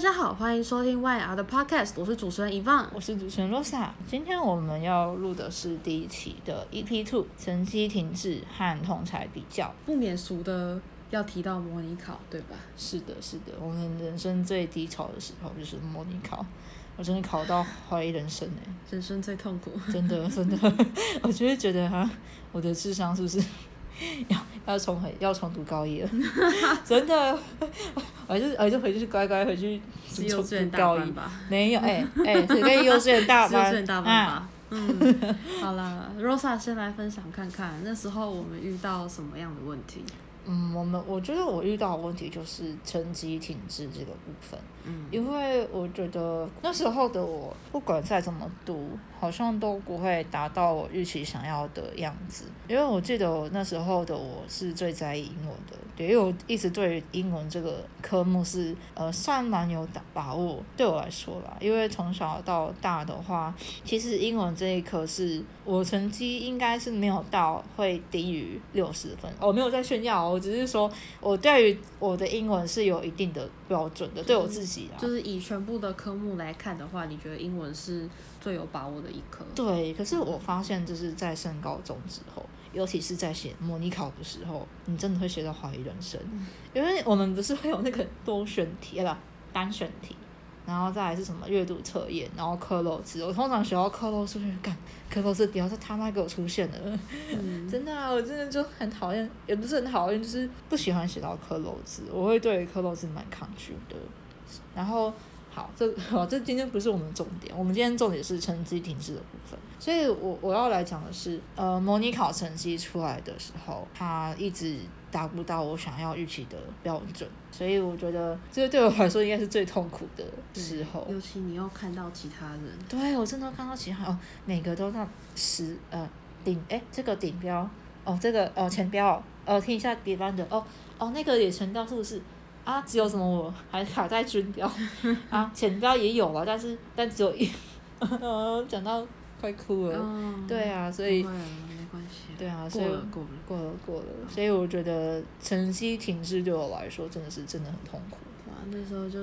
家好，欢迎收听 YR 的 Podcast， 我是主持人Yvonne， 我是主持人 Rosa。今天我们要录的是第一期的 EP2， 成绩停滞和同侪比较。 不免俗的要提到模拟考，对吧？ 是的，我们人生最低潮的时候就是模拟考，我真的考到怀疑人生人生最痛苦。 真的，我就会觉得我的智商是不是要重读高一了？真的，我就回去乖乖回去是幼稚园大班吧？ 没有，是跟幼稚园大班， 幼稚园大班吧。好啦 ，Rosa 先来分享看看，那时候我们遇到什么样的问题？ 我觉得我遇到的问题就是成绩停滞这个部分。因为我觉得那时候的我，不管再怎么读，好像都不会达到我预期想要的样子。因为我记得我那时候的我是最在意英文的，对，因为我一直对于英文这个科目是算蛮有把握，对我来说啦。因为从小到大的话，其实英文这一科是我成绩应该是没有到会低于60分。我没有在炫耀，我只是说我对于我的英文是有一定的标准的，对我自己啦。 就是以全部的科目来看的话，你觉得英文是最有把握的一科？ 对，可是我发现就是在升高中之后，尤其是在写模拟考的时候，你真的会写到怀疑人生。因为我们不是会有那个多选题单选题，然后再来是什么阅读测验，然后科漏字。我通常学到科漏字，干科漏字不要再他妈给我出现了。真的我真的就很讨厌，也不是很讨厌，就是不喜欢写到科漏字。我会对科漏字蛮抗拒的。然后好，这今天不是我们的重点，我们今天重点是成绩停滞的部分。所以我要来讲的是，模拟考成绩出来的时候，它一直达不到我想要预期的标准，所以我觉得这个对我来说应该是最痛苦的时候。 尤其你又看到其他人， 对，我真的看到其他每个都让这个顶标这个前标听一下别班的那个也全标是不是？只有什么我还卡在均标前标也有了，但只有讲到快哭了。对啊，所以没关系。 对啊，所以过了，所以我觉得成绩停滞对我来说真的很痛苦。 那时候就是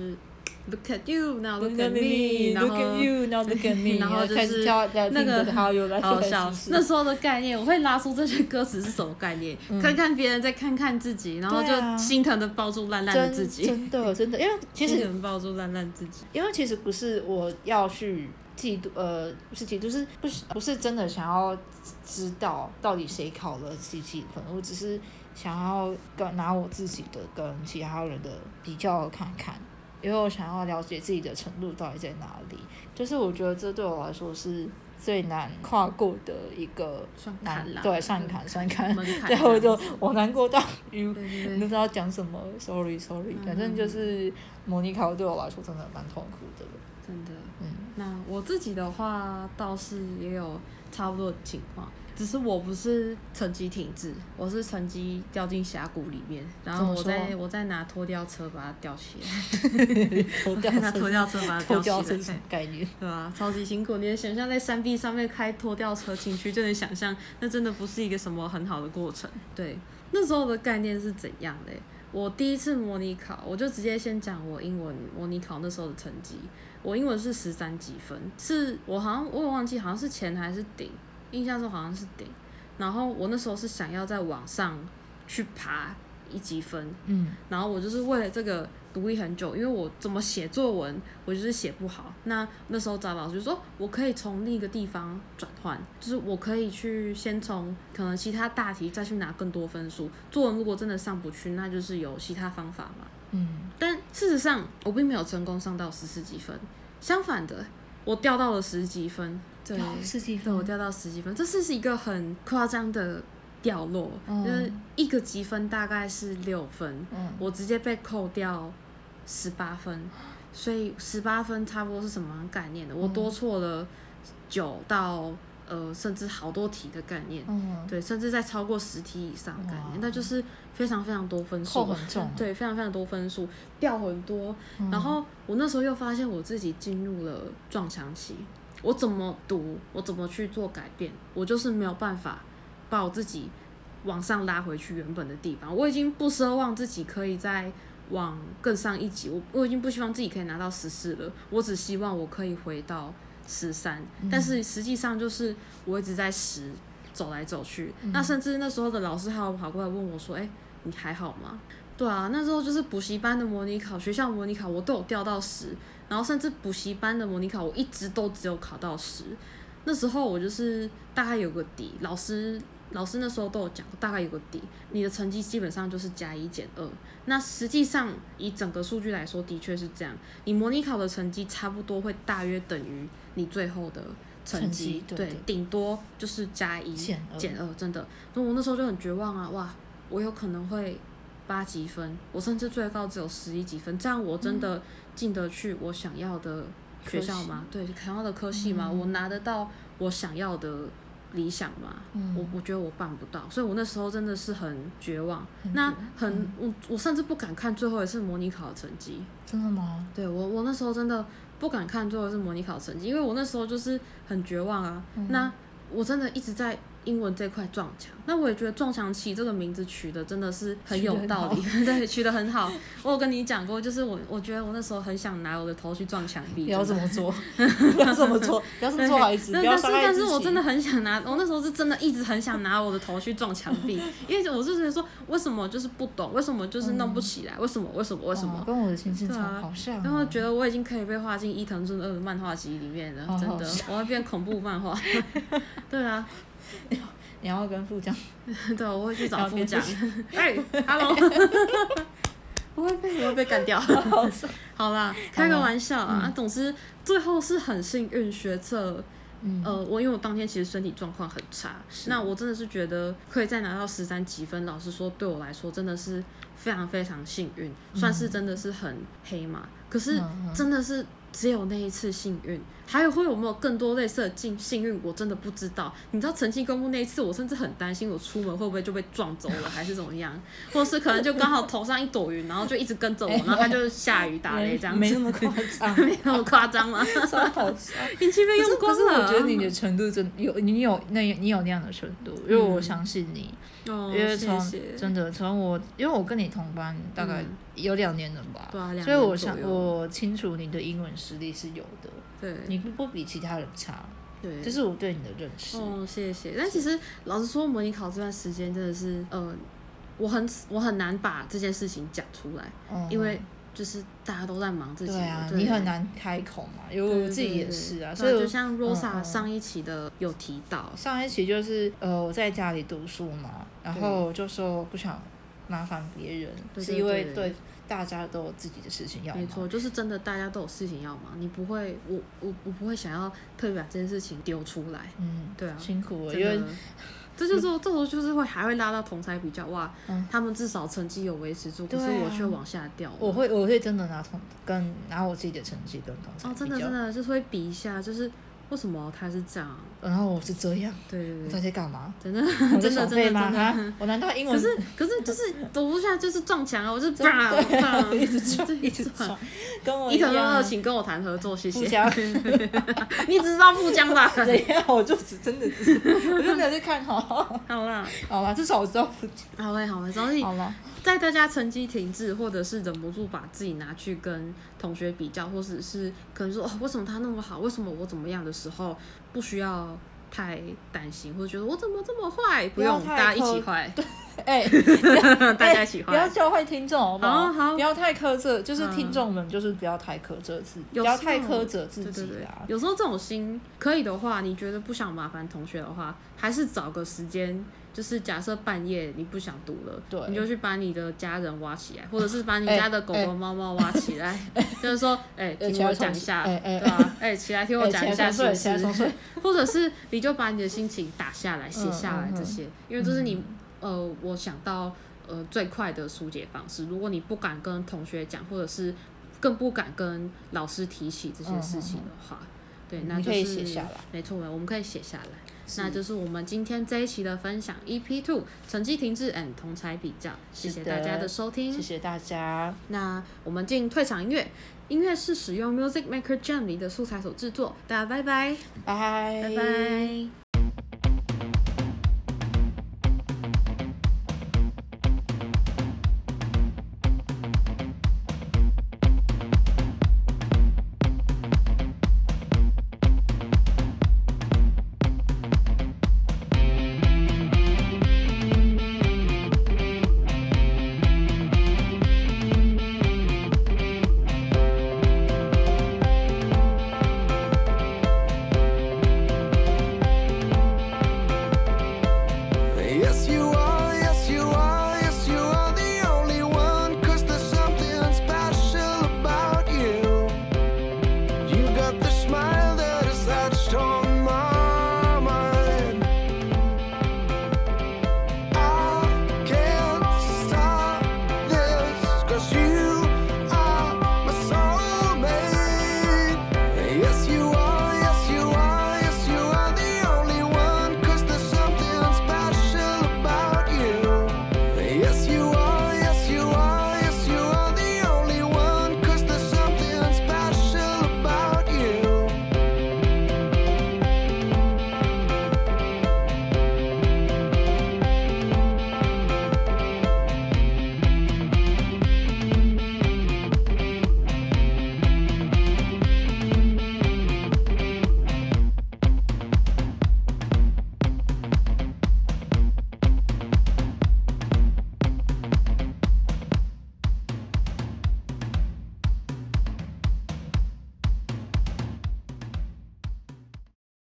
Look at you now, look at me, look at you now, look at me， 然后就是那个好笑。那时候的概念，我会拉出这些歌词是什么概念？看看别人，再看看自己，然后就心疼的抱住烂烂的自己。 真的，因为其实心疼抱住烂烂自己。 因为其实不是我要去嫉妒，不是嫉妒，就是不是真的想要知道到底谁考了几分，我只是想要拿我自己的跟其他人的比较看看。因为我想要了解自己的程度到底在哪里，就是我觉得这对我来说是最难跨过的一个算坎，然后我难过到不知道讲什么 ，sorry， 反正就是模拟考对我来说真的蛮痛苦的。 真的，那我自己的话倒是也有差不多的情况。只是我不是成绩停滞，我是成绩掉进峡谷里面，然后我再拿拖吊车把它吊起来。拖吊车把它吊起来， 这是什么概念？ 对吧？超级辛苦，你能想象在山壁上面开拖吊车进去，就能想象那真的不是一个什么很好的过程。对，那时候的概念是怎样的？我第一次模拟考，我就直接先讲我英文模拟考那时候的成绩。我英文是13几分，是我也忘记好像是前还是顶。印象中好像是顶，然后我那时候是想要在网上去爬1级分，然后我就是为了这个努力很久，因为我怎么写作文我就是写不好，那时候找老师就说我可以从另一个地方转换，就是我可以去先从可能其他大题再去拿更多分数，作文如果真的上不去，那就是有其他方法嘛。但事实上我并没有成功上到14几分，相反的我掉到了10几分。对 ，10几分， 我掉到10几分，这是一个很夸张的掉落，就是一个积分大概是6分，我直接被扣掉18分，所以18分差不多是什么概念的？我多错了9到甚至好多题的概念，对，甚至在超过10题以上的概念，那就是非常非常多分数， 扣很重， 对，非常非常多分数，掉很多，然后我那时候又发现我自己进入了撞墙期。我怎么读，我怎么去做改变，我就是没有办法把我自己往上拉回去原本的地方。我已经不奢望自己可以在往更上一级，我已经不希望自己可以拿到14了，我只希望我可以回到13，但是实际上就是我一直在10走来走去，那甚至那时候的老师还有跑过来问我说，你还好吗？对啊，那时候就是补习班的模拟考、学校模拟考我都有掉到10，然后甚至补习班的模拟考我一直都只有考到10，那时候我就是大概有个底，老师那时候都有讲，大概有个底，你的成绩基本上就是+1减2。那实际上以整个数据来说，的确是这样。你模拟考的成绩差不多会大约等于你最后的成绩，对，顶多就是+1减2，真的。所以我那时候就很绝望啊，哇，我有可能会8几分，我甚至最高只有11几分，这样我真的进得去我想要的学校吗？对，想要的科系吗？我拿得到我想要的理想嘛，我觉得我办不到，所以我那时候真的是很绝望。我甚至不敢看最后一次模拟考的成绩。 真的吗？ 对，我那时候真的不敢看最后一次模拟考的成绩，因为我那时候就是很绝望啊。那我真的一直在英文这块撞墙，那我也觉得撞墙期这个名字取得真的是很有道理，对，取得很好。我有跟你讲过，就是我觉得我那时候很想拿我的头去撞墙壁。 不要这么做，不要这么做，不要这么做孩子，不要伤害自己。 但是我真的很想拿，我那时候是真的一直很想拿我的头去撞墙壁，因为我就觉得说，为什么就是不懂，为什么就是弄不起来，为什么？ 跟我的心情好像。 然后觉得我已经可以被画进伊藤润二的漫画集里面了，真的，我要变恐怖漫画。对啊。 你要跟副将？ 对，我会去找副将。Hello， 我会被干掉。好啦，开个玩笑啊。总之，最后是很幸运学测。因为我当天其实身体状况很差，那我真的是觉得可以再拿到13几分，老实说对我来说真的是非常非常幸运，算是真的是很黑马。可是真的是只有那一次幸运，还有会有没有更多类似的幸运，我真的不知道。你知道成绩公布那一次，我甚至很担心我出门会不会就被撞走了，还是怎么样，或是可能就刚好头上一朵云，然后就一直跟着我，然后它就下雨打雷这样子。 没那么夸张， 没那么夸张吗？ 超好笑， 运气被用光了。 可是我觉得你的程度你有那样的程度，因为我相信你。因为因为我跟你同班大概有2年了吧，所以我清楚你的英文实力是有的， 对， 你不比其他人差， 对， 这是我对你的认识。 谢谢。但其实老实说，模拟考这段时间真的是，我很难把这件事情讲出来，因为就是大家都在忙自己的， 对啊，你很难开口嘛，因为我自己也是啊，所以就像 Rosa 上一期的有提到， 上一期就是我在家里读书嘛，然后就说不想麻烦别人，是因为对大家都有自己的事情要忙。 没错，就是真的大家都有事情要忙，你不会，我不会想要特别把这件事情丢出来。对啊， 辛苦了，因为。 这时候就是还会拉到同侪比较，哇，他们至少成绩有维持住，可是我却往下掉了。 我会真的拿我自己的成绩跟同侪比较。 真的就是会比一下，就是为什么他是这样， 然后我是这样， 对， 我在干嘛？ 真的我在耍废吗？我难道英文？ 可是就是读不下就是撞墙啊！我就一直撞，跟我一样。伊藤润二，请跟我谈合作，谢谢。 你只知道富江吧？ 怎样？我就真的我就没有去看好。 好啦，至少我知道富江。 好嘞，所以在大家成绩停滞，或者是忍不住把自己拿去跟同学比较，或者是可能说为什么他那么好，为什么我怎么样的时候，不需要太担心，或者觉得我怎么这么坏，不用，大家一起坏。大家一起坏， 不要教坏听众好不好？ 好， 不要太苛责，就是听众们就是不要太苛责自己，不要太苛责自己啊。 有时候这种心可以的话，你觉得不想麻烦同学的话，还是找个时间。就是假设半夜你不想读了，你就去把你的家人挖起来，或者是把你家的狗狗、猫猫挖起来，就是说，听我讲一下，对吧？起来听我讲一下心事，或者是你就把你的心情打下来、写下来这些，因为这是你我想到最快的疏解方式。如果你不敢跟同学讲，或者是更不敢跟老师提起这些事情的话，对，那就是你可以写下来。 没错，我们可以写下来。那就是我们今天这一期的分享 EP2 成绩停滞 and 同侪比较，谢谢大家的收听， 谢谢大家。 那我们进退场音乐，音乐是使用 Music Maker Jam 里的素材所制作，大家拜拜，拜拜。 Yes, you